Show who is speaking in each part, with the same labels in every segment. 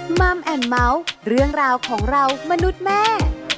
Speaker 1: มัมแอนด์เมาส์เรื่องราวของเรามนุษย์แม่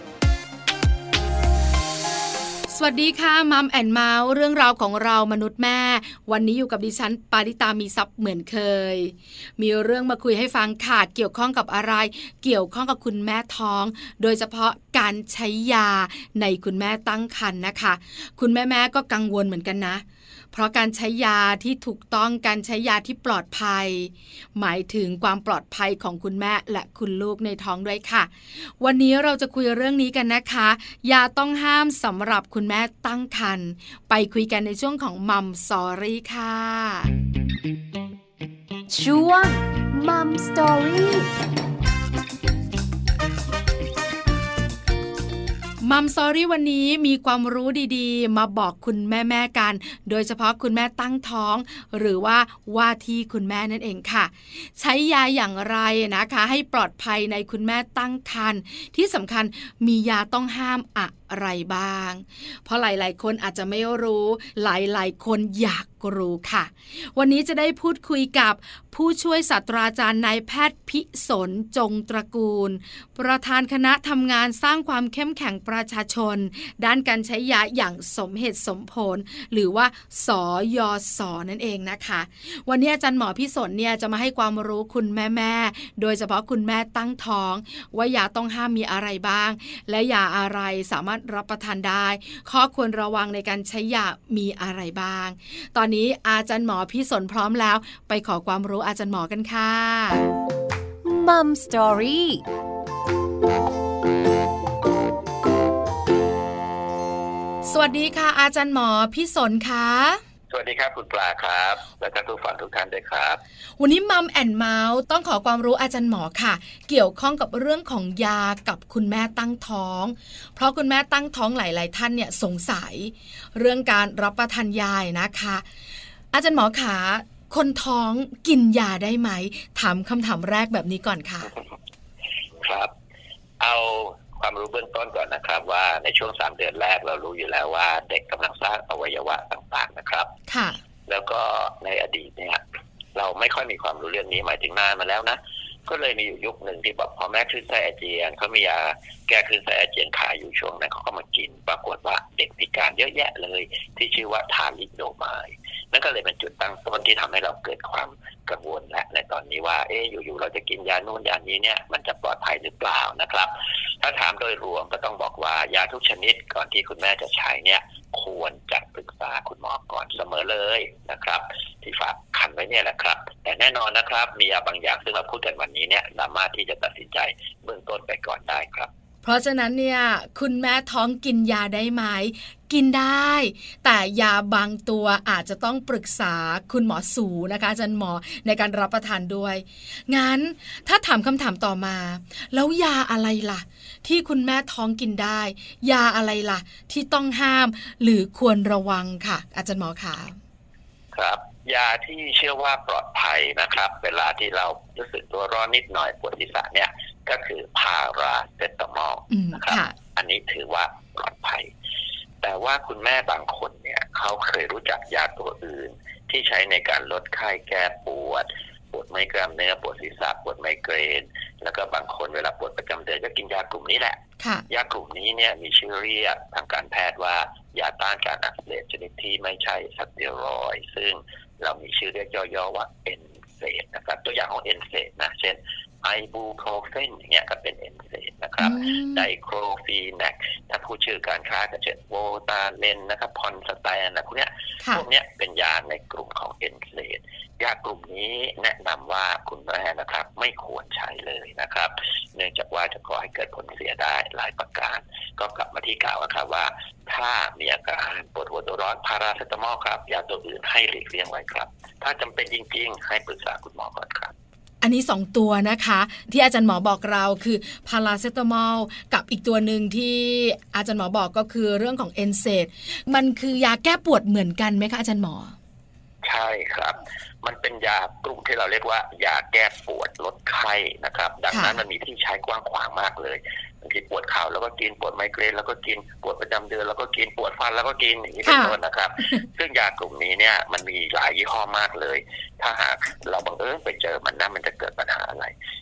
Speaker 2: สวัสดีค่ะมัมแอนเมาส์เรื่องราวของเรามนุษย์แม่วันนี้อยู่กับดิฉันปาริตามีซัพ์เหมือนเคยมีเรื่องมาคุยให้ฟังค่ะเกี่ยวข้องกับอะไรเกี่ยวข้องกับคุณแม่ท้องโดยเฉพาะการใช้ยาในคุณแม่ตั้งครรภ์นะคะคุณแม่ก็กังวลเหมือนกันนะเพราะการใช้ยาที่ถูกต้องการใช้ยาที่ปลอดภัยหมายถึงความปลอดภัยของคุณแม่และคุณลูกในท้องด้วยค่ะวันนี้เราจะคุยเรื่องนี้กันนะคะยาต้องห้ามสำหรับคุณแม่ตั้งครรภ์ไปคุยกันในช่วงของมัมสตอรี่ค่ะ
Speaker 1: ช่วงมัมสตอรี่
Speaker 2: มัมสตอรี่วันนี้มีความรู้ดีๆมาบอกคุณแม่ๆกันโดยเฉพาะคุณแม่ตั้งท้องหรือว่าที่คุณแม่นั่นเองค่ะใช้ยาอย่างไรนะคะให้ปลอดภัยในคุณแม่ตั้งครรภ์ที่สำคัญมียาต้องห้ามอะไรบ้างเพราะหลายๆคนอาจจะไม่รู้หลายๆคนอยากรู้ค่ะวันนี้จะได้พูดคุยกับผู้ช่วยศาสตราจารย์นายแพทย์พิสนจงตระกูลประธานคณะทำงานสร้างความเข้มแข็งประชาชนด้านการใช้ยาอย่างสมเหตุสมผลหรือว่าสยศนั่นเองนะคะวันนี้อาจารย์หมอพิสนเนี่ยจะมาให้ความรู้คุณแม่ๆโดยเฉพาะคุณแม่ตั้งท้องว่ายาต้องห้ามมีอะไรบ้างและยาอะไรสามารถรับประทานได้ข้อควรระวังในการใช้ยามีอะไรบ้างตอนนี้อาจารย์หมอพิสนพร้อมแล้วไปขอความรู้อาจารย์หมอกันค่ะ
Speaker 1: มัมสตอรี่
Speaker 2: สวัสดีค่ะอาจารย์หมอพิสนค่ะ
Speaker 3: สวัสดีครับคุณปลาครับและท่านผู้ฟังทุกท่านด้วยครับ
Speaker 2: วันนี้มัมแอนเมาส์ต้องขอความรู้อาจารย์หมอค่ะเกี่ยวข้องกับเรื่องของยากับคุณแม่ตั้งท้องเพราะคุณแม่ตั้งท้องหลายๆท่านเนี่ยสงสัยเรื่องการรับประทานยานะคะอาจารย์หมอขาคนท้องกินยาได้ไหมถามคำถามแรกแบบนี้ก่อนค่ะ
Speaker 3: ครับเอาความรู้เบื้องต้นก่อนนะครับว่าในช่วง3 เดือนแรกเรารู้อยู่แล้วว่าเด็กกำลังสร้างอวัยวะต่างๆนะครับ
Speaker 2: ค่ะ
Speaker 3: แล้วก็ในอดีตเนี่ยเราไม่ค่อยมีความรู้เรื่องนี้หมายถึงนานมาแล้วนะก็เลยมีอยู่ยุคหนึ่งที่บอกพอแม่คลื่นไส้อาเจียนเขามียาแก้คลื่นไส้อาเจียนขายอยู่ช่วงนั้นเขาก็มากินปรากฏว่าเด็กพิการเยอะแยะเลยที่ชื่อว่าทาลิโดไมด์นั่นก็เลยเป็นจุดตั้งต้นที่ทำให้เราเกิดความกังวลและในตอนนี้ว่าอยู่ๆเราจะกินยาโน่นยานี้เนี่ยมันจะปลอดภัยหรือเปล่านะครับถ้าถามโดยรวมก็ต้องบอกว่ายาทุกชนิดก่อนที่คุณแม่จะใช้เนี่ยควรจะปรึกษาคุณหมอก่อนเสมอเลยนะครับที่ฝากคันไว้เนี่ยแหละครับแต่แน่นอนนะครับมียาบางอย่างซึ่งเราพูดกันวันนี้เนี่ยสามารถที่จะตัดสินใจเบื้องต้นไปก่อนได้ครับ
Speaker 2: เพราะฉะนั้นเนี่ยคุณแม่ท้องกินยาได้ไหมกินได้แต่ยาบางตัวอาจจะต้องปรึกษาคุณหมอสูนะคะอาจารย์หมอในการรับประทานด้วยงั้นถ้าถามคำถามต่อมาแล้วยาอะไรล่ะที่คุณแม่ท้องกินได้ยาอะไรล่ะที่ต้องห้ามหรือควรระวังค่ะอาจารย์หมอคะ
Speaker 3: ครับยาที่เชื่อว่าปลอดภัยนะครับเวลาที่เรารู้สึกตัวร้อนนิดหน่อยปวดศีรษะเนี่ยก็คือพาราเซตามอลนะครับอันนี้ถือว่าปลอดภัยแต่ว่าคุณแม่บางคนเนี่ยเขาเคยรู้จักยาตัวอื่นที่ใช้ในการลดไข้แก้ปวดไมเกรนเนื้อปวดศีรษะปวดไมเกรนแล้วก็บางคนเวลาปวดประจำเดือนก็กินยากลุ่มนี้แหละยากลุ่มนี้เนี่ยมีชื่อเรียกทางการแพทย์ว่ายาต้านการอักเสบชนิดที่ไม่ใช่สเตียรอยด์ซึ่งเรามีชื่อเรียกย่อๆว่าเอนเซดนะครับตัวอย่างของเอนเซดนะเช่นไอบูโพรเฟนอย่างเงี้ยก็เป็นเอนเซดนะครับไดโครฟีแนกถ้าพูดชื่อการค้าก็เช่นโวตาเลนนะครับพอนสแตนนะพวกเนี้ยเป็นยาในกลุ่มของเอนเซดยากลุ่มนี้แนะนำว่าคุณแม่นะครับไม่ควรใช้เลยนะครับเนื่องจากว่าจะก่อให้เกิดผลเสียได้หลายประการก็กลับมาที่กล่าวครับว่าถ้ามีอาการปวดหัวตัวร้อนพาราเซตามอลครับยาตัวอื่นให้หลีกเลี่ยงไว้ครับถ้าจำเป็นจริงๆให้ปรึกษาคุณหมอก่อนครับ
Speaker 2: อันนี้2ตัวนะคะที่อาจารย์หมอบอกเราคือพาราเซตามอลกับอีกตัวหนึ่งที่อาจารย์หมอบอกก็คือเรื่องของเอนเซดมันคือยาแก้ปวดเหมือนกันไหมคะอาจารย์หมอ
Speaker 3: ใช่ครับมันเป็นยากลุ่มที่เราเรียกว่ายาแก้ปวดลดไข้นะครับดังนั้นมันมีที่ใช้กว้างขวางมากเลยบางทีปวดเข่าแล้วก็กินปวดไมเกรนแล้วก็กินปวดประจำเดือนแล้วก็กินปวดฟันแล้วก็กินอย่างนี้เป็นต้นนะครับซึ่งยากลุ่มนี้เนี่ยมันมีหลายยี่ห้อมากเลยถ้าหากเราบังเอิญไปเจอมันนะมันจะเกิดปัญหาอะไร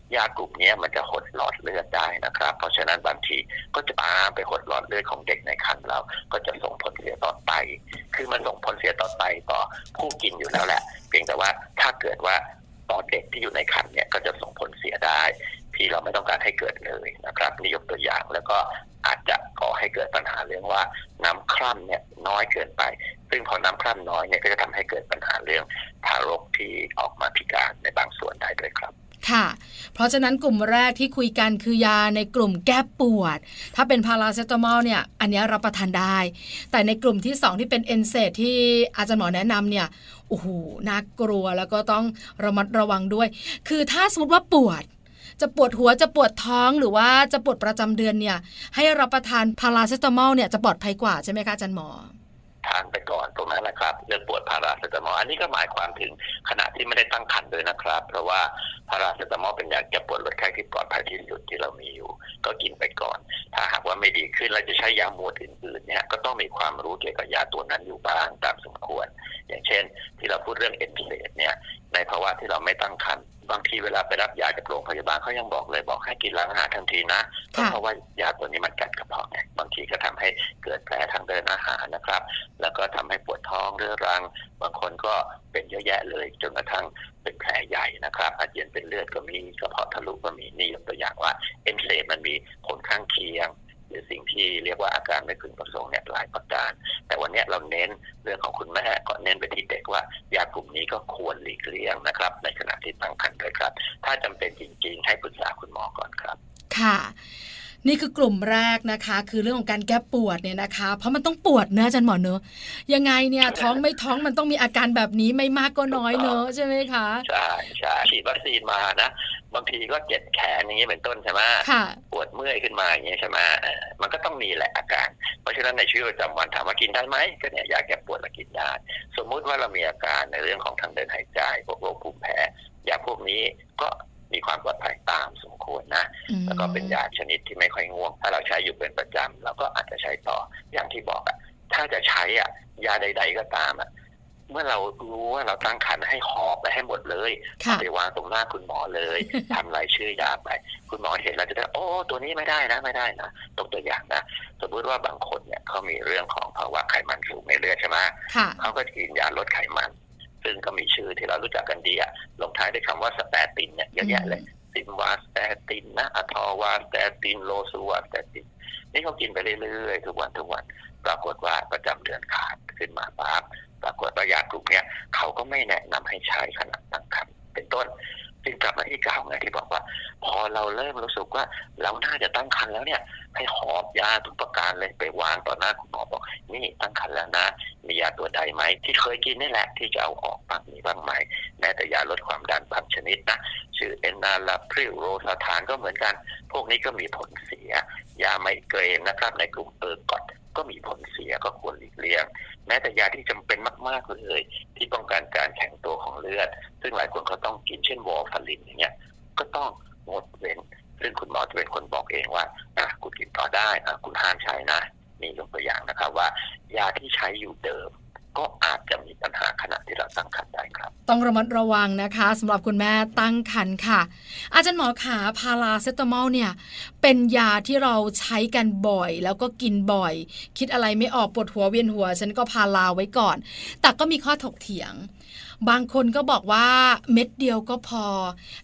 Speaker 3: ยากลุ่มนี้มันจะหดหลอดเลือดได้นะครับเพราะฉะนั้นบางทีก็จะตามไปหดหลอดเลือดของเด็กในครรภ์เราก็จะส่งผลเสียต่อไตคือมันส่งผลเสียต่อไตต่อผู้กินอยู่แล้วแหละเพียงแต่ว่าถ้าเกิดว่าต่อเด็กที่อยู่ในครรภ์เนี่ยก็จะส่งผลเสียได้ที่เราไม่ต้องการให้เกิดเลยนะครับนี่ยกตัวอย่างแล้วก็อาจจะก่อให้เกิดปัญหาเรื่องว่าน้ำคร่ำเนี่ยน้อยเกินไปซึ่งพอน้ำคร่ำน้อยเนี่ยก็จะทำให้เกิดปัญหาเรื่องทารกที่ออกมาพิการในบางส่วนได้ด้วยครับ
Speaker 2: ค่ะเพราะฉะนั้นกลุ่มแรกที่คุยกันคือยาในกลุ่มแก้ปวดถ้าเป็นพาราเซตามอลเนี่ยอันนี้รับประทานได้แต่ในกลุ่มที่2ที่เป็นเอนเซดที่อาจารย์หมอแนะนำเนี่ยโอ้โหน่ากลัวแล้วก็ต้องระมัดระวังด้วยคือถ้าสมมติว่าปวดจะปวดหัวจะปวดท้องหรือว่าจะปวดประจำเดือนเนี่ยให้รับประทานพาราเซตามอลเนี่ยจะปลอดภัยกว่าใช่ไหมคะอาจารย์หมอ
Speaker 3: ทานไปก่อนตรงนั้นแหละครับเรื่องปวดพาราเซตามอลอันนี้ก็หมายความถึงขณะที่ไม่ได้ตั้งครรภ์ด้วยนะครับเพราะว่าพาราเซตามอลเป็นยาแก้ปวดลดไข้ที่ปลอดภัยที่สุดที่เรามีอยู่ก็กินไปก่อนถ้าหากว่าไม่ดีขึ้นเราจะใช้ยาหมวดอื่นๆเนี่ยก็ต้องมีความรู้เกี่ยวกับยาตัวนั้นอยู่บ้างตามสมควรอย่างเช่นที่เราพูดเรื่องเอนเซดเนี่ยในภาวะที่เราไม่ตั้งครรภ์บางทีเวลาไปรับยาจากโรงพยาบาลเขายังบอกให้กินหลังอาหารทันทีนะเพราะว่ายาตัวนี้มันกัดกระเพาะไงบางทีก็ทำให้เกิดแผลทางเดินอาหารนะครับแล้วก็ทำให้ปวดท้องเรื้อรังบางคนก็เป็นเยอะแยะเลยจนกระทั่งเป็นแผลใหญ่นะครับอาเจียนเป็นเลือดก็มีกระเพาะทะลุก็มีนี่ยกตัวอย่างว่าเอนเซดมันมีผลข้างเคียงหรือสิ่งที่เรียกว่าอาการไม่พึงประสงค์เนี่ยหลายประการแต่วันนี้เราเน้นเรื่องของคุณแม่ก็เน้นไปที่เด็กว่ายากลุ่มนี้ก็ควรหลีกเลี่ยงนะครับในขณะที่ตั้งครรภ์ด้วยครับถ้าจำเป็นจริงๆให้ปรึกษาคุณหมอก่อนครับ
Speaker 2: ค่ะนี่คือกลุ่มแรกนะคะคือเรื่องของการแก้ปวดเนี่ยนะคะเพราะมันต้องปวดเนอะอาจารย์หมอเนอะยังไงเนี่ยท้องไม่ท้องมันต้องมีอาการแบบนี้ไม่มากก็น้อยเนอะใช่ไหมคะ
Speaker 3: ใช่ใช่ฉีดวัคซีนมานะบางทีก็เจ็บแขนอย่างนี้เป็นต้นใช่ไหมปวดเมื่อยขึ้นมาอย่างนี้ใช่ไหมมันก็ต้องมีแหละอาการเพราะฉะนั้นในชีวิตประจำวันถามว่ากินได้ไหมก็เนี่ยยาแก้ปวดเรากินได้สมมุติว่าเรามีอาการในเรื่องของทางเดินหายใจพวกโรคภูมิแพ้ยาพวกนี้ก็มีความปลอดภัยตามสมควรนะแล้วก็เป็นยาชนิดที่ไม่ค่อยง่วงถ้าเราใช้อยู่เป็นประจำเราก็อาจจะใช้ต่ออย่างที่บอกถ้าจะใช้ยาใดๆก็ตามเมื่อเรารู้ว่าเราตั้งครรภ์ให้หอบไปให้หมดเลยไปวางตรงหน้าคุณหมอเลยทำรายชื่อยาไปคุณหมอเห็นแล้วจะได้โอ้ตัวนี้ไม่ได้นะยกตัวอย่างนะสมมติว่าบางคนเนี่ยเขามีเรื่องของภาวะไขมันสูงในเลือดใช่ไหมเขาก็กินยาลดไขมันซึ่งก็มีชื่อที่เรารู้จักกันดีลงท้ายด้วยคำว่าสเตตินเนี่ยเยอะแยะเลยซินวาสเตตินนะอะทอวาสเตตินโลซูวาสเตตินนี่เขากินไปเรื่อยๆทุกวันปรากฏว่าประจำเดือนขาดขึ้นมาปั๊บปรากฏว่ายากลุ่มนี้เขาก็ไม่แนะนำให้ใช้ขณะตั้งครรภ์เป็นต้นซึ่งกลับมาที่เก่าไงที่บอกว่าพอเราเริ่มรู้สึกว่าเราน่าจะตั้งครรภ์แล้วเนี่ยให้หอบยาทุกประการเลยไปวางต่อหน้าคุณหมอบอกนี่ตั้งครรภ์แล้วนะมียาตัวใดไหมที่เคยกินนี่แหละที่จะเอาออกบ้างมีบ้างไหมแม้แต่ยาลดความดันบางชนิดนะชื่อเอนนาลาพริลโรซาทานก็เหมือนกันพวกนี้ก็มีผลเสียยาไมเกรนนะครับในกลุ่มเออร์กอตก็มีผลเสียก็ควรหลีกเลี่ยงแม้แต่ยาที่จำเป็นมากๆเลยที่ป้องกันการแข็งตัวของเลือดซึ่งหลายคนเขาต้องกินเช่นวอร์ฟารินอย่างเงี้ยก็ต้องงดเว้นซึ่งคุณหมอจะเป็นคนบอกเองว่าคุณกินต่อได้คุณห้ามใช้นะนี่ยกตัวอย่างนะครับว่ายาที่ใช้อยู่เดิมก็อาจจะมีปัญหาขณะที่เราตั้งครรภ์ได้ครับ
Speaker 2: ต้องระมัดระวังนะคะสำหรับคุณแม่ตั้งครรภ์ค่ะอาจารย์หมอขาพาราเซตามอลเนี่ยเป็นยาที่เราใช้กันบ่อยแล้วก็กินบ่อยคิดอะไรไม่ออกปวดหัวเวียนหัวฉันก็พาราไว้ก่อนแต่ก็มีข้อถกเถียงบางคนก็บอกว่าเม็ดเดียวก็พอ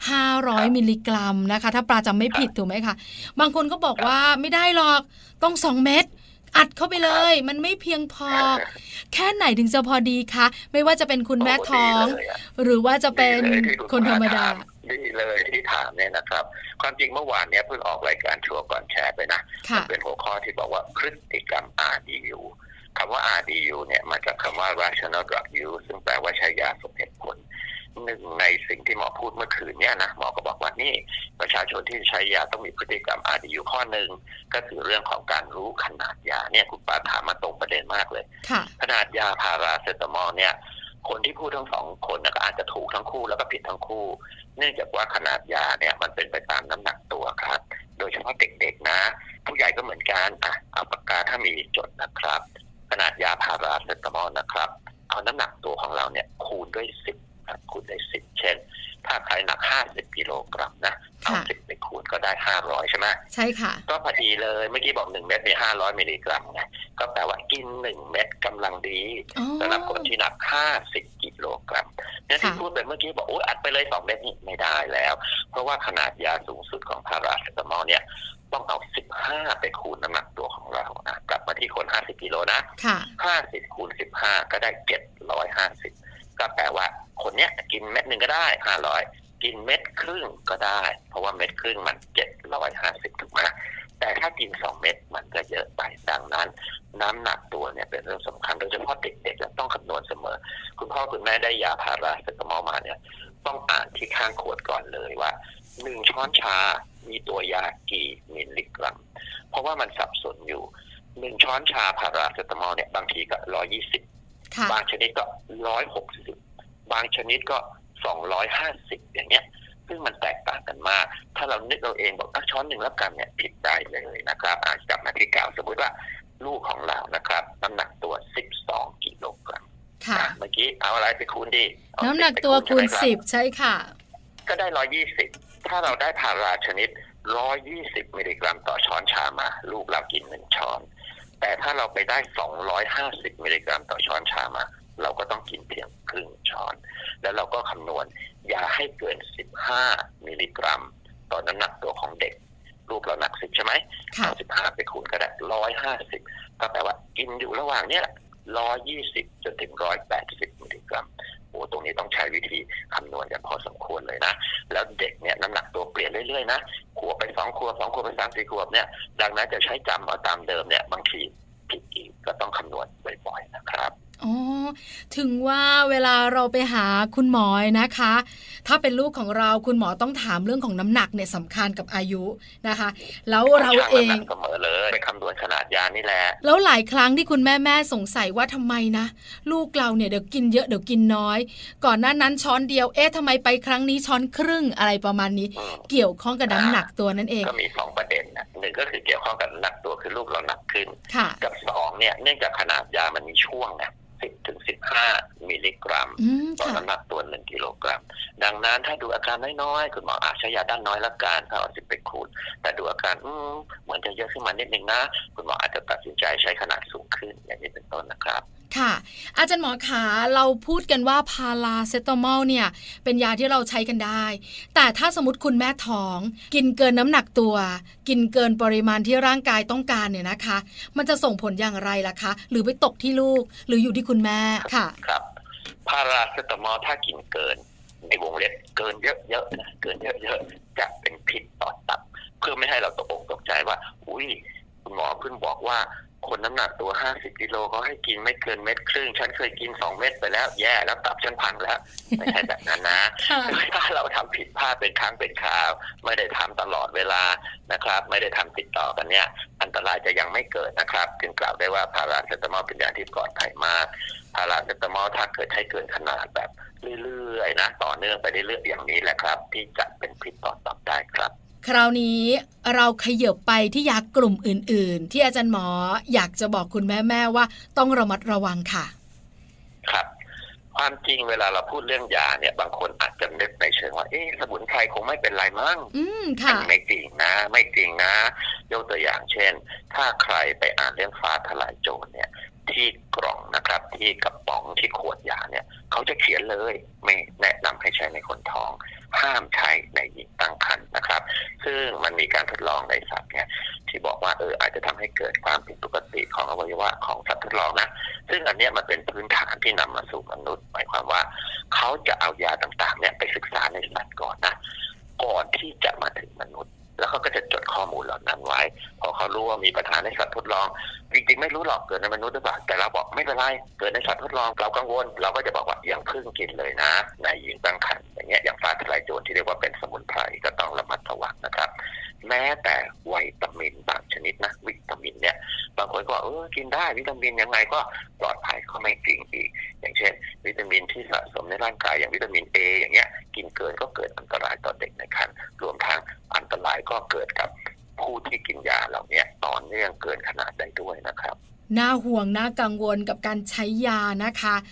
Speaker 2: 500มิลลิกรัมนะคะถ้าปลาจำไม่ผิดถูกไหมคะบางคนก็บอกว่าไม่ได้หรอกต้อง2เม็ดอัดเข้าไปเลยมันไม่เพียงพอแค่ไหนถึงจะพอดีคะไม่ว่าจะเป็นคุณแม่ท้องหรือว่าจะเป็นคนธรรมดา
Speaker 3: ดีเลยที่ถามเนี่ยนะครับความจริงเมื่อวานเนี้ยเพิ่งออกรายการชัวร์ก่อนแชร์ไปนะมันเป็นหัวข้อที่บอกว่าพฤติกรรม RDU คำว่า RDU เนี่ยมาจากคำว่า rational drug use ซึ่งแปลว่าใช้ยาสมเหตุผลหนึ่งในสิ่งที่หมอพูดเมื่อคืนเนี่ยนะหมอก็บอกว่านี่ประชาชนที่ใช้ยาต้องมีพฤติกรรม RDU ข้อหนึ่งก็คือเรื่องของการรู้ขนาดยาเนี่ยคุณป้าถามมาตรงประเด็นมากเลยขนาดยาพาราเซตามอลเนี่ยคนที่พูดทั้งสองคนก็อาจจะถูกทั้งคู่แล้วก็ผิดทั้งคู่เนื่องจากว่าขนาดยาเนี่ยมันเป็นไปตามน้ำหนักตัวครับโดยเฉพาะเด็กๆนะผู้ใหญ่ก็เหมือนกันเอาปากกาถ้ามีจดนะครับขนาดยาพาราเซตามอลนะครับเอาน้ำหนักตัวของเราเนี่ยคูณด้วย10คูณด้วย10เช่นถ้าใครหนัก50กิโลกรัมนะเอาไหม
Speaker 2: ใช่ค่ะ
Speaker 3: ก็พอดีเลยเมื่อกี้บอก1เม็ดมี500มิลลิกรัมไงก็แปลว่ากิน1เม็ดกำลังดีสำหรับคนที่หนัก50กิโลกรัมเนี่ยที่พูดไปเมื่อกี้บอกอัดไปเลย2เม็ดนี่ไม่ได้แล้วเพราะว่าขนาดยาสูงสุดของพาราเซตามอลเนี่ยต้องเอา15ไปคูณน้ำหนักตัวของเรานะกลับมาที่คน50กิโลนะ50คูณ15ก็ได้750ก็แปลว่าคนเนี้ยกินเม็ดนึงก็ได้500กินเม็ดครึ่งก็ได้เพราะว่าเม็ดครึ่งมัน750ถูกไหมแต่ถ้ากิน2เม็ดมันก็เยอะไปดังนั้นน้ำหนักตัวเนี่ยเป็นเรื่องสำคัญโดยเฉพาะเด็กๆต้องคำนวณเสมอคุณพ่อคุณแม่ได้ยาพาราเซตามอลมาเนี่ยต้องอ่านที่ข้างขวดก่อนเลยว่า1ช้อนชามีตัวยากี่มิลลิกรัมเพราะว่ามันสับสนอยู่1ช้อนชาพาราเซตามอลเนี่ยบางทีก็120บางชนิดก็160บางชนิดก็250อย่างเงี้ยซึ่งมันแตกต่างกันมากถ้าเรานึกเราเองบอกช้อนหนึ่งแล้วกันเนี่ยผิดได้เลยนะครับกลับมาที่กล่าวสมมติว่าลูกของเรานะครับน้ำหนักตัว12กิโลกรัมเมื่อกี้เอาอะไรไปคูณดี
Speaker 2: น้ำหนักตัวคูณ10ใช่ค่ะ
Speaker 3: ก็ได้120ถ้าเราได้พาราชนิด120มิลลิกรัมต่อช้อนชามาลูกเรากิน1ช้อนแต่ถ้าเราไปได้250มิลลิกรัมต่อช้อนชามาเราก็ต้องกินเพียงครึ่งช้อนแล้วเราก็คำนวณอย่าให้เกิน15มิลลิกรัมต่อน้ำหนักตัวของเด็กลูกเราหนัก10ใช่ไหมเอา15ไปคูณก็ได้150ก็แปลว่ากินอยู่ระหว่างเนี้ย120จนถึง180มิลลิกรัมตรงนี้ต้องใช้วิธีคำนวณกันพอสมควรเลยนะแล้วเด็กเนี่ยน้ำหนักตัวเปลี่ยนเรื่อยๆนะขวบไป2ขวบ2ขวบไป3-4ขวบเนี่ยดังนั้นจะใช้จำเอาตามเดิมเนี่ยบางทีผิดอีกก็ต้องคำนวณบ่อยๆนะครับ
Speaker 2: ถึงว่าเวลาเราไปหาคุณหมอนะคะถ้าเป็นลูกของเราคุณหมอต้องถามเรื่องของน้ำหนักเนี่ยสำคัญกับอายุนะคะแล้วเราเอง
Speaker 3: เสมอเลยไปคำนวณขนาดยานี่แหละ
Speaker 2: แล้วหลายครั้งที่คุณแม่สงสัยว่าทำไมนะลูกเราเนี่ยเดี๋ยวกินเยอะเดี๋ยวกินน้อยก่อนหน้านั้นช้อนเดียวทำไมไปครั้งนี้ช้อนครึ่งอะไรประมาณนี้เกี่ยวข้องกับน้ำหนักตัวนั่นเอง
Speaker 3: ก็มี2ประเด็นนะ1ก็คือเกี่ยวข้องกับน้ำหนักตัวคือลูกเราหนักขึ้นกับ2เนี่ยเนื่องจากขนาดยามันมีช่วงนะ10 ถึง 15มิลลิกรัมต่อน้ำหนักตัว1กิโลกรัมดังนั้นถ้าดูอาการน้อยๆคุณหมอใช้ยาด้านน้อยละกันถ้าเอา10ไปคูณแต่ดูอาการเหมือนจะเยอะขึ้นมานิดนึงนะคุณหมออาจจะตัดสินใจใช้ขนาดสูงขึ้นอย่างนี้เป็นต้นนะครับ
Speaker 2: ค่ะอาจารย์หมอขาเราพูดกันว่าพาราเซตามอลเนี่ยเป็นยาที่เราใช้กันได้แต่ถ้าสมมติคุณแม่ท้องกินเกินน้ำหนักตัวกินเกินปริมาณที่ร่างกายต้องการเนี่ยนะคะมันจะส่งผลอย่างไรล่ะคะหรือไปตกที่ลูกหรืออยู่ที่คุณแม่ค่ะ
Speaker 3: ครับพาราเซตามอลถ้ากินเกินในวงเล็บเกินเยอะๆนะเกินเยอะๆจะเป็นพิษต่อตับเพื่อไม่ให้เราตกอกตกใจว่าคุณหมอเพิ่งบอกว่าคนน้ำหนักตัว50กิโลเขาให้กินไม่เกินเม็ดครึ่งฉันเคยกิน2เม็ดไปแล้วแย่แล้วตับฉันพังแล้วไม่ใช่แบบนั้นนะถ้าเราทำผิดพลาดเป็นครั้งเป็นคราวไม่ได้ทำตลอดเวลานะครับไม่ได้ทำติดต่อกันเนี่ยอันตรายจะยังไม่เกิดนะครับจึงกล่าวได้ว่าพาราเซตามอลเป็นยาที่ปลอดภัยมากพาราเซตามอลถ้าเกิดให้เกินขนาดแบบเรื่อยๆนะต่อเนื่องไปเรื่อยๆอย่างนี้แหละครับที่จะเป็นพิษต่อตับได้ครับ
Speaker 2: คราวนี้เราขยับไปที่ยากลุ่มอื่นๆที่อาจารย์หมออยากจะบอกคุณแม่ว่าต้องระมัดระวังค่ะ
Speaker 3: ครับความจริงเวลาเราพูดเรื่องยาเนี่ยบางคนอาจจะนึกในเชิงว่าสมุนไพรคงไม่เป็นไรมั้งไม่จริงนะยกตัวอย่างเช่นถ้าใครไปอ่านเรื่องฟ้าทลายโจรเนี่ยที่กล่องนะครับที่กระป๋องที่ขวดยาเนี่ยเขาจะเขียนเลยไม่แนะนำให้ใช้ในคนท้องห้ามใช้ในหญิงตั้งครรภ์นะครับซึ่งมันมีการทดลองในสัตว์เนี่ยที่บอกว่าอาจจะทำให้เกิดความผิดปกติของอวัยวะของสัตว์ทดลองนะซึ่งอันนี้มันเป็นพื้นฐานที่นำมาสู่มนุษย์หมายความว่าเขาจะเอายาต่างๆเนี่ยไปศึกษาในสัตว์ก่อนนะก่อนที่จะมาถึงมนุษย์แล้วเขาก็จะจดข้อมูลเหล่านั้นไว้พอเขารู้ว่ามีปัญหาในสัตว์ทดลองจริงๆไม่รู้หรอกเกิดในมนุษย์หรือเปล่าแต่เราบอกไม่เป็นไรเกิดในสัตว์ทดลองเรากังวลเราก็จะบอกว่าอย่าเพิ่งกินเลยนะในหญิงตั้งครรภ์อย่างเงี้ยอย่างฟ้าทลายโจรที่เรียกว่าเป็นสมุนไพรก็ต้องระมัดระวังนะครับแม้แต่วิตามินบางชนิดนะวิตามินเนี่ยบางคนก็กินได้วิตามินยังไงก็ปลอดภัยก็ไม่จริงอีกอย่างเช่นวิตามินที่สะสมในร่างกายอย่างวิตามิน A อย่างเงี้ยกินเกินก็เกิดอันตรายต่อเด็กในครรภ์รวมทั้งอันตรายก็เกิดกับผู้ที่กินยาเหล่านี้ต่อเนื่องเกินขนาดได้ด้วยนะครับ
Speaker 2: น่าห่วงน่ากังวลกับการใช้ยานะคะ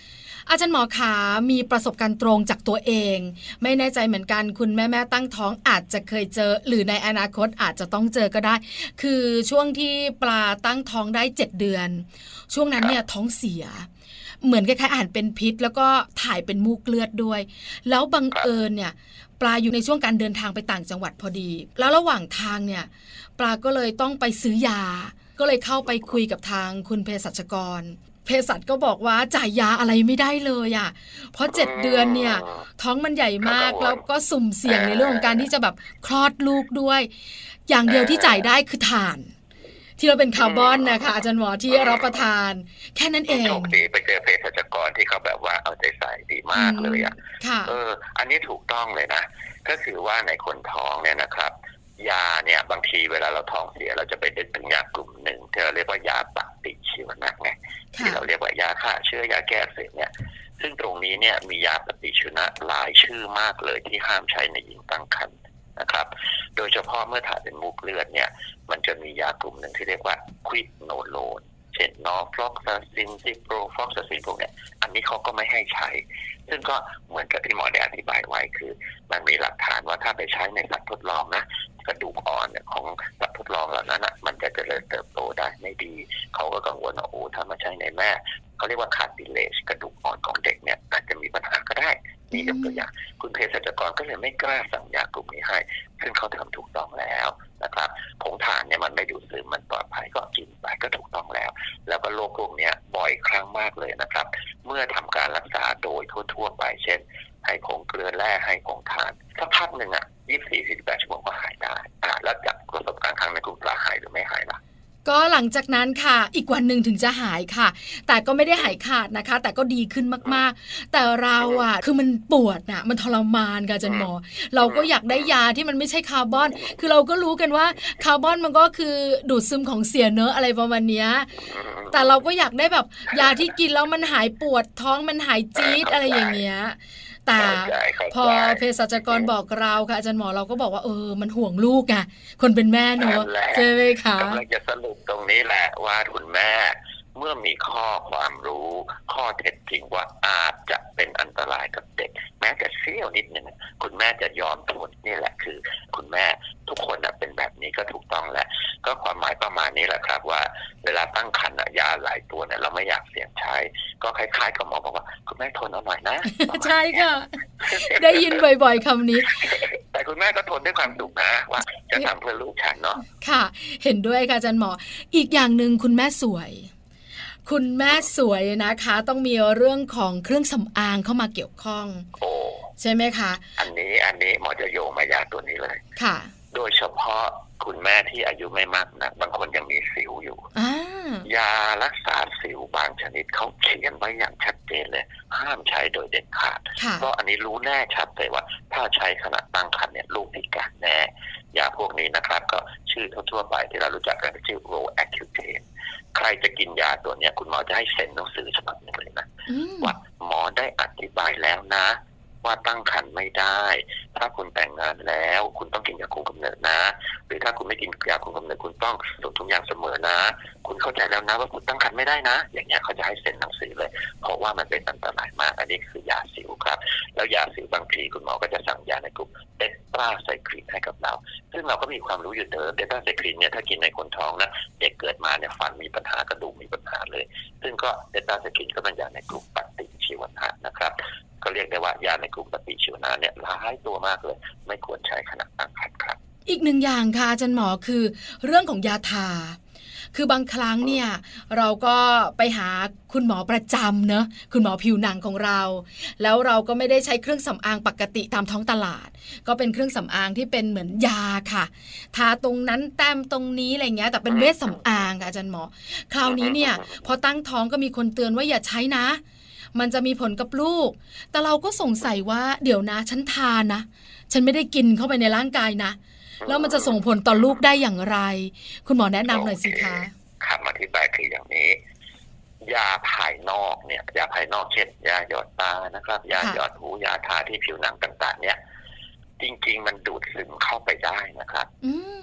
Speaker 2: อาจารย์หมอขามีประสบการณ์ตรงจากตัวเองไม่แน่ใจเหมือนกันคุณแม่ตั้งท้องอาจจะเคยเจอหรือในอนาคตอาจจะต้องเจอก็ได้คือช่วงที่ปลาตั้งท้องได้7 เดือนช่วงนั้นเนี่ยท้องเสียเหมือนคล้ายๆอาหารเป็นพิษแล้วก็ถ่ายเป็นมูกเลือดด้วยแล้วบังเอิญเนี่ยปลาอยู่ในช่วงการเดินทางไปต่างจังหวัดพอดีแล้วระหว่างทางเนี่ยปลาก็เลยต้องไปซื้อยาก็เลยเข้าไปคุยกับทางคุณเภสัชกรเภสัชก็บอกว่าจ่ายยาอะไรไม่ได้เลยอ่ะเพราะ7 เดือนเนี่ยท้องมันใหญ่มากแล้วก็สุ่มเสี่ยงในเรื่องของการที่จะแบบคลอดลูกด้วยอย่างเดียวที่จ่ายได้คือถ่านที่เราเป็นคาร์บอนนะคะอาจารย์หมอที่รับประทานแค่นั้นเอง
Speaker 3: โชคดีไปเจอเภสัชกรที่เขาแบบว่าเอาใจใส่ดีมากเลยอ่ะอันนี้ถูกต้องเลยนะก็คือว่าในคนท้องเนี่ยนะครับยาเนี่ยบางทีเวลาเราท้องเสียเราจะไปนึกถึงยากลุ่มหนึ่งที่เราเรียกว่ายาปฏิชีวนะไงที่เราเรียกว่ายาฆ่าเชื้อยาแก้อักเสบเนี่ยซึ่งตรงนี้เนี่ยมียาปฏิชีวนะหลายชื่อมากเลยที่ห้ามใช้ในหญิงตั้งครรภ์นะครับโดยเฉพาะเมื่อถ่ายเป็นมูกเลือดเนี่ยมันจะมียากลุ่มหนึ่งที่เรียกว่าควิโนโลนเช่นนอร์ฟลอกซาซินซิโปรฟลอกซาซินพวกเนี่ยอันนี้เขาก็ไม่ให้ใช้ซึ่งก็เหมือนกับที่หมอได้อธิบายไว้คือมันมีหลักฐานว่าถ้าไปใช้ในสัตว์ทดลองนะกระดูกอ่อนของสัตว์ทดลองเหล่านั้นนะมันจะเจริญเติบโตได้ไม่ดีเขาก็กังวลว่าโอ้ถ้ามาใช้ในแม่เขาเรียกว่าคาร์ติเลจกระดูกอ่อนของเด็กเนี่ยอาจจะมีปัญหาก็ได้นี่ยกตัวอย่างคุณเภสัชกรก็เลยไม่กล้าสั่งยากลุ่มนี้ให้ซึ่งเขาทำถูกต้องแล้วนะครับผงถ่านเนี่ยมันไม่ดูดซึมมันปลอดภัยก็กินไปก็ถูกต้องแล้วก็โรคพวกนี้บ่อยครั้งมากเลยนะครับเมื่อทำการรักษาโดยทั่วๆไปเช่นให้ผงเกลือแร่ให้ผงถ่านสักพักหนึ่ง24-48 ชั่วโมงก็หายได้แล้วจากประสบการณ์ครั้งในกลุ่มปลาหายหรือไม่หายล่ะ
Speaker 2: ก็หลังจากนั้นค่ะอีกวันหนึ่งถึงจะหายค่ะแต่ก็ไม่ได้หายขาดนะคะแต่ก็ดีขึ้นมากๆแต่เราอ่ะคือมันปวดนะมันทรมานค่ะอาจารย์หมอเราก็อยากได้ยาที่มันไม่ใช่คาร์บอนคือเราก็รู้กันว่าคาร์บอนมันก็คือดูดซึมของเสียเนอะอะไรประมาณนี้แต่เราก็อยากได้แบบยาที่กินแล้วมันหายปวดท้องมันหายจี๊ดอะไรอย่างเงี้ยแต่พอเภสัชกรบอกเราค่ะอาจารย์หมอเราก็บอกว่ามันห่วงลูกไงคนเป็นแม่เนอะใช่ไหมคะ
Speaker 3: กำลังจะสรุปตรงนี้แหละว่าคุณแม่เมื่อมีข้อความรู้ข้อเท็จจริงว่าอาจจะเป็นอันตรายกับเด็กแม้แต่เสี้ยวนิดนึงคุณแม่จะยอมทนนี่แหละคือคุณแม่ทุกคนเป็นแบบนี้ก็ถูกต้องแล้วก็ความหมายประมาณนี้แหละครับว่าเวลาตั้งครรภ์ยาหลายตัวเนี่ยเราไม่อยากเสี่ยงใช้ก็คล้ายๆกับหมอบอกว่าคุณแม่ทนเอาหน่อยนะ
Speaker 2: ใช่ค่ะ ได้ยินบ่อยๆคำนี้
Speaker 3: แต่คุณแม่ก็ทนด้วยความสุขนะว่าจะทำเพื่อลูกฉันเนาะ
Speaker 2: ค่ะเห็นด้วยค่ะอาจารย์หมออีกอย่างนึงคุณแม่สวยคุณแม่สวยนะคะต้องมีเรื่องของเครื่องสำอางเข้ามาเกี่ยวข้องใช่ไหมคะ
Speaker 3: อันนี้หมอจะโยงมายาตัวนี้เลย
Speaker 2: ค่ะ
Speaker 3: โดยเฉพาะคุณแม่ที่อายุไม่มากนะบางคนยังมีสิวอยู่ยารักษาสิวบางชนิดเขาเขียนไว้อย่างชัดเจนเลยห้ามใช้โดยเด็ดขาดเพราะอันนี้รู้แน่ชัดเลยว่าถ้าใช้ขณะตั้งครรภ์เนี่ยลูกพิการแน่ยาพวกนี้นะครับก็ชื่อทั่วไปที่เรารู้จักกันชื่อโรแอคคิวเทนใครจะกินยาตัวนี้คุณหมอจะให้เซ็นหนังสือฉบับนึงเลยนะว่าหมอได้อธิบายแล้วนะว่าตั้งครรภ์ไม่ได้ถ้าคุณแต่งงานแล้วคุณต้องกินยาคุมกำเนิดนะหรือถ้าคุณไม่กินยาคุมกำเนิดคุณต้องสวมถุงยางเสมอนะคุณเข้าใจแล้วนะว่าคุณตั้งครรภ์ไม่ได้นะอย่างเงี้ยเขาจะให้เซ็นหนังสือเลยเพราะว่ามันเป็นอันตรายมากอันนี้คือยาสิวครับแล้วยาสิวบางทีคุณหมอก็จะสั่งยาในกลุ่มเดตราไซคลินให้กับเราซึ่งเราก็มีความรู้อยู่เดิมเดตราไซคลินเนี่ยถ้ากินในคนท้องนะเด็กเกิดมาเนี่ยฟันมีปัญหากระดูกมีปัญหาเลยซึ่งก็เดตราไซคลินก็เป็นยาในกลุ่มปฏิชีวนะนะครับก็เรียกได้ว่ายาในกลุ่มปฏิชีวนะเนี่ยหลายตัวมากเลยไม่ควรใช้ขณะตั้งครรภ์ครับ
Speaker 2: อีกหนึ่งอย่างค่ะอาจารย์หมอคือเรื่องของยาทาคือบางครั้งเนี่ยเราก็ไปหาคุณหมอประจำเนอะคุณหมอผิวหนังของเราแล้วเราก็ไม่ได้ใช้เครื่องสำอางปกติตามท้องตลาดก็เป็นเครื่องสำอางที่เป็นเหมือนยาค่ะทาตรงนั้นแต้มตรงนี้อะไรเงี้ยแต่เป็นเวชสำอางค่ะอาจารย์หมอคราวนี้เนี่ยพอตั้งท้องก็มีคนเตือนว่าอย่าใช้นะมันจะมีผลกับลูกแต่เราก็สงสัยว่าเดี๋ยวนะฉันทานนะฉันไม่ได้กินเข้าไปในร่างกายนะแล้วมันจะส่งผลต่อลูกได้อย่างไรคุณหมอแนะนำหน่อยสิคะ
Speaker 3: คำอธิบายคืออย่างนี้ยาภายนอกเนี่ยยาภายนอกเช่นยาหยอดตานะครับยาหยอดหูยาทาที่ผิวหนังต่างๆเนี่ยจริงๆมันดูดซึมเข้าไปได้นะครับแ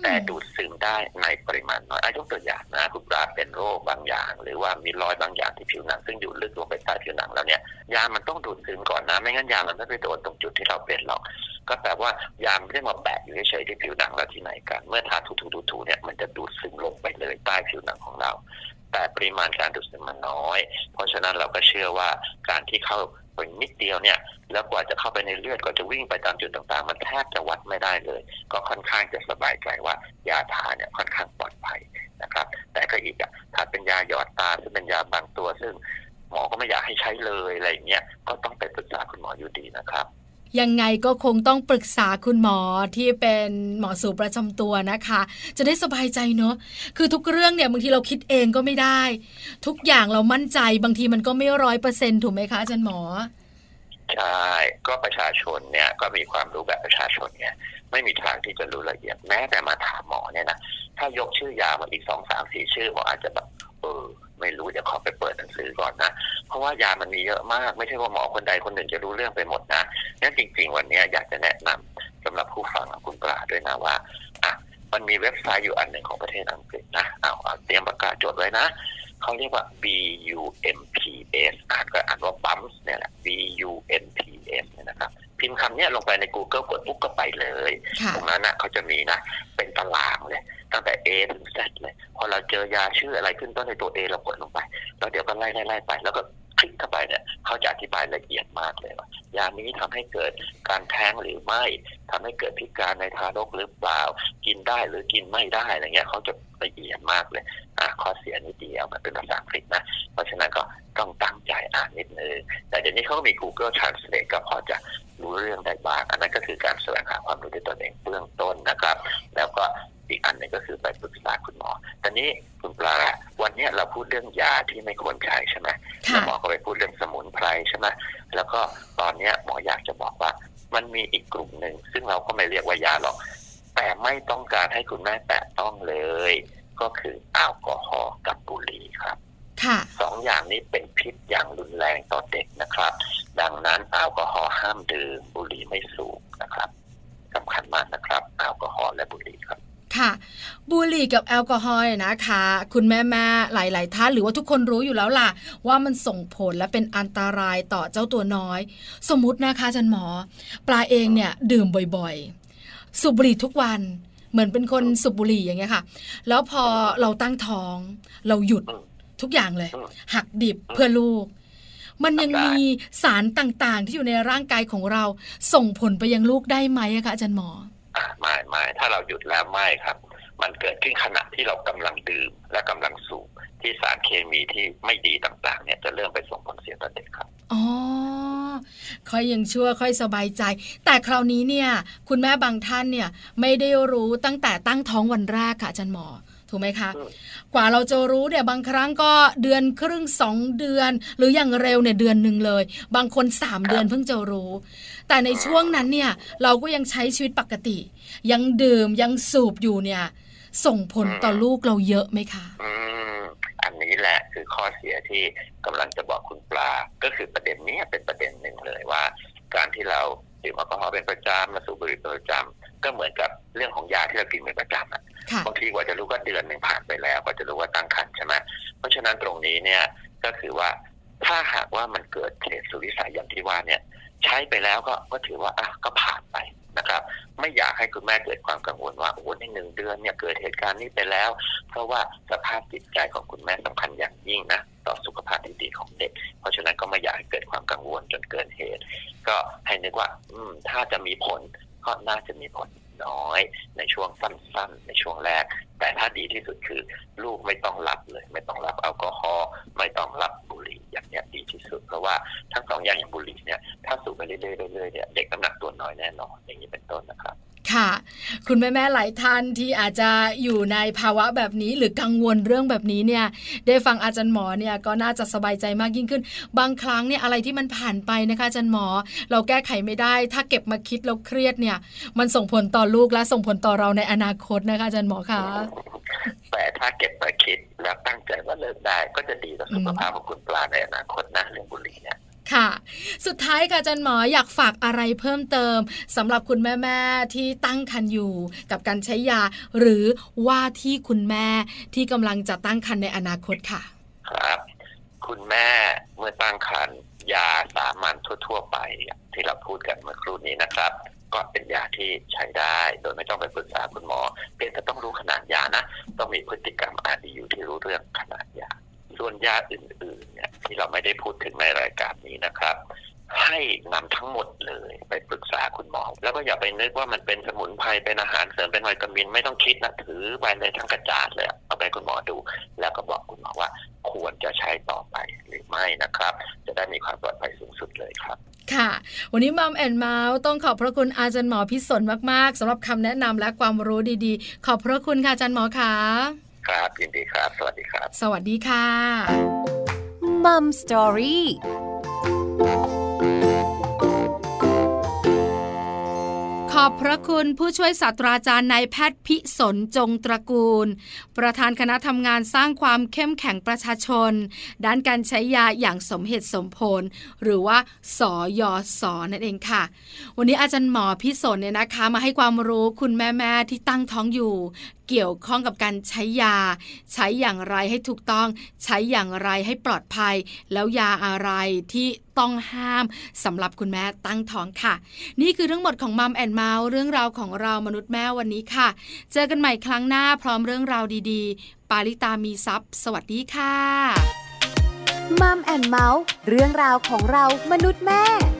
Speaker 3: แต่ดูดซึมได้ในปริมาณน้อยยกตัวอย่างนะคุณปลาเป็นโรคบางอย่างหรือว่ามีรอยบางอย่างที่ผิวหนังซึ่งอยู่ลึกลงไปใต้ผิวหนังแล้วเนี่ยยามันต้องดูดซึมก่อนนะไม่งั้นยามันไม่ไปโดนตรงจุดที่เราเป็นหรอกก็แปลว่ายาไม่ได้มาแปะอยู่เฉยๆที่ผิวหนังเราที่ไหนกันเมื่อทาถูๆเนี่ยมันจะดูดซึมลงไปเลยใต้ผิวหนังของเราแต่ปริมาณการดูดซึมมันน้อยเพราะฉะนั้นเราก็เชื่อว่าการที่เข้าไปนิดเดียวเนี่ยแล้วกว่าจะเข้าไปในเลือดกว่าจะวิ่งไปตามจุดต่างๆมันแทบจะวัดไม่ได้เลยก็ค่อนข้างจะสบายใจว่ายาทาเนี่ยค่อนข้างปลอดภัยนะครับแต่ก็อีกถ้าเป็นยาหยอดตาซึ่งเป็นยาบางตัวซึ่งหมอก็ไม่อยากให้ใช้เลยอะไรอย่างเงี้ยก็ต้องไปปรึกษาคุณหมออยู่ดีนะครับ
Speaker 2: ยังไงก็คงต้องปรึกษาคุณหมอที่เป็นหมอสูประจำตัวนะคะจะได้สบายใจเนอะคือทุกเรื่องเนี่ยบางทีเราคิดเองก็ไม่ได้ทุกอย่างเรามั่นใจบางทีมันก็ไม่100%ถูกไหมคะอาจารย์หมอ
Speaker 3: ใช่ก็ประชาชนเนี่ยก็มีความรู้แบบประชาชนเนี่ยไม่มีทางที่จะรู้ละเอียดแม้แต่มาถามหมอเนี่ยนะถ้ายกชื่อยามาอีก2-3-4ชื่อหมออาจจะแบบไม่รู้เดี๋ยวขอไปเปิดหนังสือก่อนนะเพราะว่ายามันมีเยอะมากไม่ใช่ว่าหมอคนใดคนหนึ่งจะรู้เรื่องไปหมดนะงั้นจริงๆวันนี้อยากจะแนะนำสำหรับผู้ฟังคุณปลาด้วยนะว่ามันมีเว็บไซต์อยู่อันหนึ่งของประเทศอังกฤษนะเอาเตรียมปากกาจดไว้นะเขาเรียกว่า BUMPS อ่านว่า BUMPS เนี่ยแหละ BUMPS เนี่ยนะครับพิมพ์คำนี้ลงไปใน Google กดปุ๊บก็ไปเลยตรงนั้นนะเขาจะมีนะเป็นตารางเลยตั้งแต่ A ถึง Z เลยพอเราเจอยาชื่ออะไรขึ้นต้นในตัว A เรากดลงไปแล้วเดี๋ยวก็ไล่ไปแล้วก็คลิกเข้าไปเนี่ยเขาจะอธิบายละเอียดมากเลยว่ายานี้ทำให้เกิดการแท้งหรือไม่ทำให้เกิดพิการในทารกหรือเปล่ากินได้หรือกินไม่ได้อะไรเงี้ยเขาจะละเอียดมากเลยข้อเสียนิดเดียวมันเป็นภาษาอังกฤษนะเพราะฉะนั้นก็ต้องตั้งใจอ่านนิดนึงแต่เดี๋ยวนี้เขาก็มี Google Translate ก็พอจะรู้เรื่องได้บ้างอันนั้นก็คือการแสวงหาความรู้ด้วยตนเองเบื้องต้นนะครับแล้วก็อีกอันนึงก็คือไปปรึกษาคุณหมอตอนนี้คุณปลาวันนี้เราพูดเรื่องยาที่ไม่ควรใช้ใช่ไหมแล้วหมอก็ไปพูดเรื่องสมุนไพรใช่ไหมแล้วก็ตอนนี้หมออยากจะบอกว่ามันมีอีกกลุ่มหนึ่งซึ่งเราก็ไม่เรียกว่ายาหรอกแต่ไม่ต้องการให้คุณแม่แตะต้องเลยก็คือแอลกอฮอล์กับบุหรี่ครับสองอย่างนี้เป็นพิษอย่างรุนแรงต่อเด็กนะครับดังนั้นแอลกอฮอล์ห้ามดื่มบุหรี่ไม่สูบนะครับสำคัญมากนะครับแอลกอฮอล์และบุหรี่ครับ
Speaker 2: ค่ะบุหรี่กับแอลกอฮอล์นะคะคุณแม่หลายๆท่านหรือว่าทุกคนรู้อยู่แล้วล่ะว่ามันส่งผลและเป็นอันตรายต่อเจ้าตัวน้อยสมมุตินะคะอาจารย์หมอปลาเองเนี่ยดื่มบ่อยๆสูบบุหรี่ทุกวันเหมือนเป็นคนสูบบุหรี่อย่างเงี้ยค่ะแล้วพอเราตั้งท้องเราหยุดทุกอย่างเลยหักดิบเพื่อลูกมันยังมีสารต่างๆที่อยู่ในร่างกายของเราส่งผลไปยังลูกได้ไหมคะอาจารย์หมอ
Speaker 3: ไม่ถ้าเราหยุดแล้วไม่ครับมันเกิดขึ้นขณะที่เรากำลังดื่มและกำลังสูบที่สารเคมีที่ไม่ดีต่างๆเนี่ยจะเริ่มไปส่งผลเสียต่อเด็กครับ
Speaker 2: อ๋อค่อยยังชั่วค่อยสบายใจแต่คราวนี้เนี่ยคุณแม่บางท่านเนี่ยไม่ได้รู้ตั้งแต่ตั้งท้องวันแรกค่ะอาจารย์หมอถูกไหมคะกว่าเราจะรู้เนี่ยบางครั้งก็เดือนครึ่ง2 เดือนหรืออย่างเร็วเนี่ยเดือนนึงเลยบางคน3 เดือนเพิ่งจะรู้แต่ในช่วงนั้นเนี่ยเราก็ยังใช้ชีวิตปกติยังดื่มยังสูบอยู่เนี่ยส่งผลต่อลูกเราเยอะไหมคะ
Speaker 3: อันนี้แหละคือข้อเสียที่กำลังจะบอกคุณปลาก็คือประเด็นนี้เป็นประเด็นหนึ่งเลยว่าการที่เราดื่มแอลกอฮอล์เป็นประจำและสูบบุหรี่เป็นประจำก็เหมือนกับเรื่องของยาที่เรากินเป็นประจำบางทีกว่าจะรู้ว่าเดือนหนึ่งผ่านไปแล้วก็จะรู้ว่าตั้งครรภ์ใช่ไหมเพราะฉะนั้นตรงนี้เนี่ยก็คือว่าถ้าหากว่ามันเกิดเหตุสุดวิสัยอย่างที่ว่าเนี่ยใช้ไปแล้วก็ถือว่าก็ผ่านไปนะครับไม่อยากให้คุณแม่เกิดความกังวลว่าโอ้โหใน1 เดือนเนี่ยเกิดเหตุการณ์นี้ไปแล้วเพราะว่าสภาพจิตใจของคุณแม่สำคัญอย่างยิ่งนะต่อสุขภาพที่ดีของเด็กเพราะฉะนั้นก็ไม่อยากให้เกิดความกังวลจนเกินเหตุก็ให้นึกว่าถ้าจะมีผลก็น่าจะมีผลน้อยในช่วงสั้นๆในช่วงแรกแต่ถ้าดีที่สุดคือลูกไม่ต้องรับเลยไม่ต้องรับแอลกอฮอล์ไม่ต้องรับบุหรี่อย่างนี้ดีที่สุดเพราะว่าทั้ง2 อย่างบุหรี่เนี่ยถ้าสูบไปเรื่อยๆเนี่ยเด็กน้ำหนักตัวน้อยแน่นอนอย่างนี้เป็นต้นนะครับ
Speaker 2: ค่ะคุณแม่หลายท่านที่อาจจะอยู่ในภาวะแบบนี้หรือกังวลเรื่องแบบนี้เนี่ยได้ฟังอาจารย์หมอเนี่ยก็น่าจะสบายใจมากยิ่งขึ้นบางครั้งเนี่ยอะไรที่มันผ่านไปนะคะอาจารย์หมอเราแก้ไขไม่ได้ถ้าเก็บมาคิดแล้วเครียดเนี่ยมันส่งผลต่อลูกและส่งผลต่อเราในอนาคตนะคะอาจารย์หมอคะ
Speaker 3: แต่ถ้าเก็บมาคิดแล้วตั้งใจว่าเลิกได้ก็จะดีต่อสุขภาพของคุณปลาในอนาคตนะเรื่องบุหรี่เนี่ย
Speaker 2: ค่ะสุดท้ายค่ะอาจารย์หมออยากฝากอะไรเพิ่มเติมสำหรับคุณแม่ๆที่ตั้งครรภ์อยู่กับการใช้ยาหรือว่าที่คุณแม่ที่กำลังจะตั้งครรภ์ในอนาคตค่ะ
Speaker 3: ครับคุณแม่เมื่อตั้งครรภ์ยาสามัญทั่วๆไปที่เราพูดกันเมื่อครู่นี้นะครับก็เป็นยาที่ใช้ได้โดยไม่ต้องไปปรึกษาคุณหมอเพียงแต่ต้องรู้ขนาดยานะต้องมีพฤติกรรมRDUที่รู้เรื่องขนาดยาส่วนยาอื่นๆเนี่ยที่เราไม่ได้พูดถึงในรายการนี้นะครับให้นำทั้งหมดเลยไปปรึกษาคุณหมอแล้วก็อย่าไปนึกว่ามันเป็นสมุนไพรเป็นอาหารเสริมเป็นวิตามินไม่ต้องคิดนะถือไปเลยทั้งกระจาดเลยเอาไปคุณหมอดูแล้วก็บอกคุณหมอว่าควรจะใช้ต่อไปหรือไม่นะครับจะได้มีความปลอดภัยสูงสุดเลยครับ
Speaker 2: ค่ะวันนี้มัมแอนด์เมาส์ต้องขอบพระคุณอาจารย์หมอพิสนมากๆสำหรับคำแนะนำและความรู้ดีๆขอบพระคุณค่ะอาจารย์หมอค่ะ
Speaker 3: ครับยินดีครับสวัสดีครับ
Speaker 2: สวัสดีค่ะ
Speaker 1: มัมสตอรี่
Speaker 2: ขอบพระคุณผู้ช่วยศาสตราจารย์นายแพทย์พิสนจงตระกูลประธานคณะทำงานสร้างความเข้มแข็งประชาชนด้านการใช้ยาอย่างสมเหตุสมผลหรือว่าสยศนั่นเองค่ะวันนี้อาจารย์หมอพิสนเนี่ยนะคะมาให้ความรู้คุณแม่ๆที่ตั้งท้องอยู่เกี่ยวข้องกับการใช้ยาใช้อย่างไรให้ถูกต้องใช้อย่างไรให้ปลอดภัยแล้วยาอะไรที่ต้องห้ามสำหรับคุณแม่ตั้งท้องค่ะนี่คือทั้งหมดของมัมแอนด์เมาส์เรื่องราวของเรามนุษย์แม่วันนี้ค่ะเจอกันใหม่ครั้งหน้าพร้อมเรื่องราวดีๆปาริตามีทรัพย์สวัสดีค่ะ
Speaker 1: มัมแอนด์เมาส์เรื่องราวของเรามนุษย์แม่